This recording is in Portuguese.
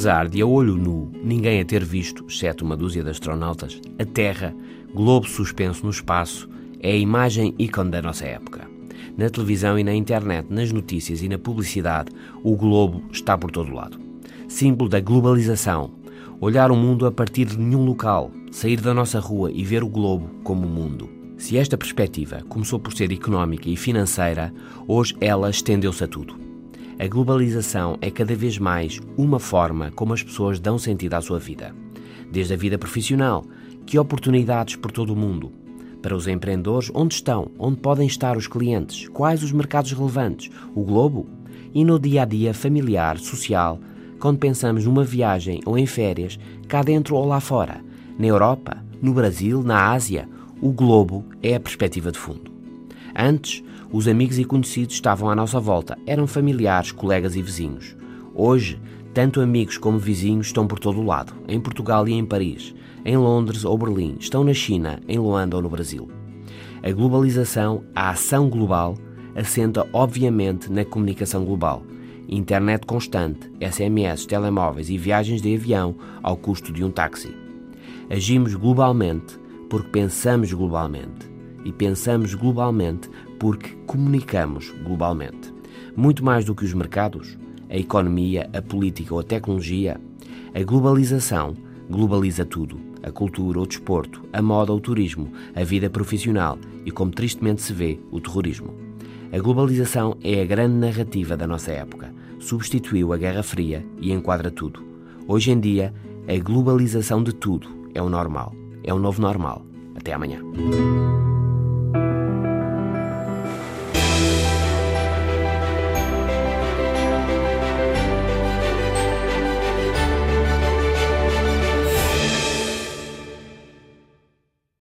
Apesar de a olho nu ninguém a ter visto, exceto uma dúzia de astronautas, a Terra, globo suspenso no espaço, é a imagem ícone da nossa época. Na televisão e na internet, nas notícias e na publicidade, o globo está por todo lado. Símbolo da globalização. Olhar o mundo a partir de nenhum local, sair da nossa rua e ver o globo como mundo. Se esta perspectiva começou por ser económica e financeira, hoje ela estendeu-se a tudo. A globalização é cada vez mais uma forma como as pessoas dão sentido à sua vida. Desde a vida profissional, que oportunidades por todo o mundo. Para os empreendedores, onde estão? Onde podem estar os clientes? Quais os mercados relevantes? O globo? E no dia-a-dia familiar, social, quando pensamos numa viagem ou em férias, cá dentro ou lá fora, na Europa, no Brasil, na Ásia, o globo é a perspectiva de fundo. Antes, os amigos e conhecidos estavam à nossa volta, eram familiares, colegas e vizinhos. Hoje, tanto amigos como vizinhos estão por todo o lado, em Portugal e em Paris, em Londres ou Berlim, estão na China, em Luanda ou no Brasil. A globalização, a ação global, assenta obviamente na comunicação global. Internet constante, SMS, telemóveis e viagens de avião ao custo de um táxi. Agimos globalmente porque pensamos globalmente. E pensamos globalmente porque comunicamos globalmente. Muito mais do que os mercados, a economia, a política ou a tecnologia, a globalização globaliza tudo. A cultura, o desporto, a moda, o turismo, a vida profissional e, como tristemente se vê, o terrorismo. A globalização é a grande narrativa da nossa época. Substituiu a Guerra Fria e enquadra tudo. Hoje em dia, a globalização de tudo é o normal. É o novo normal. Até amanhã.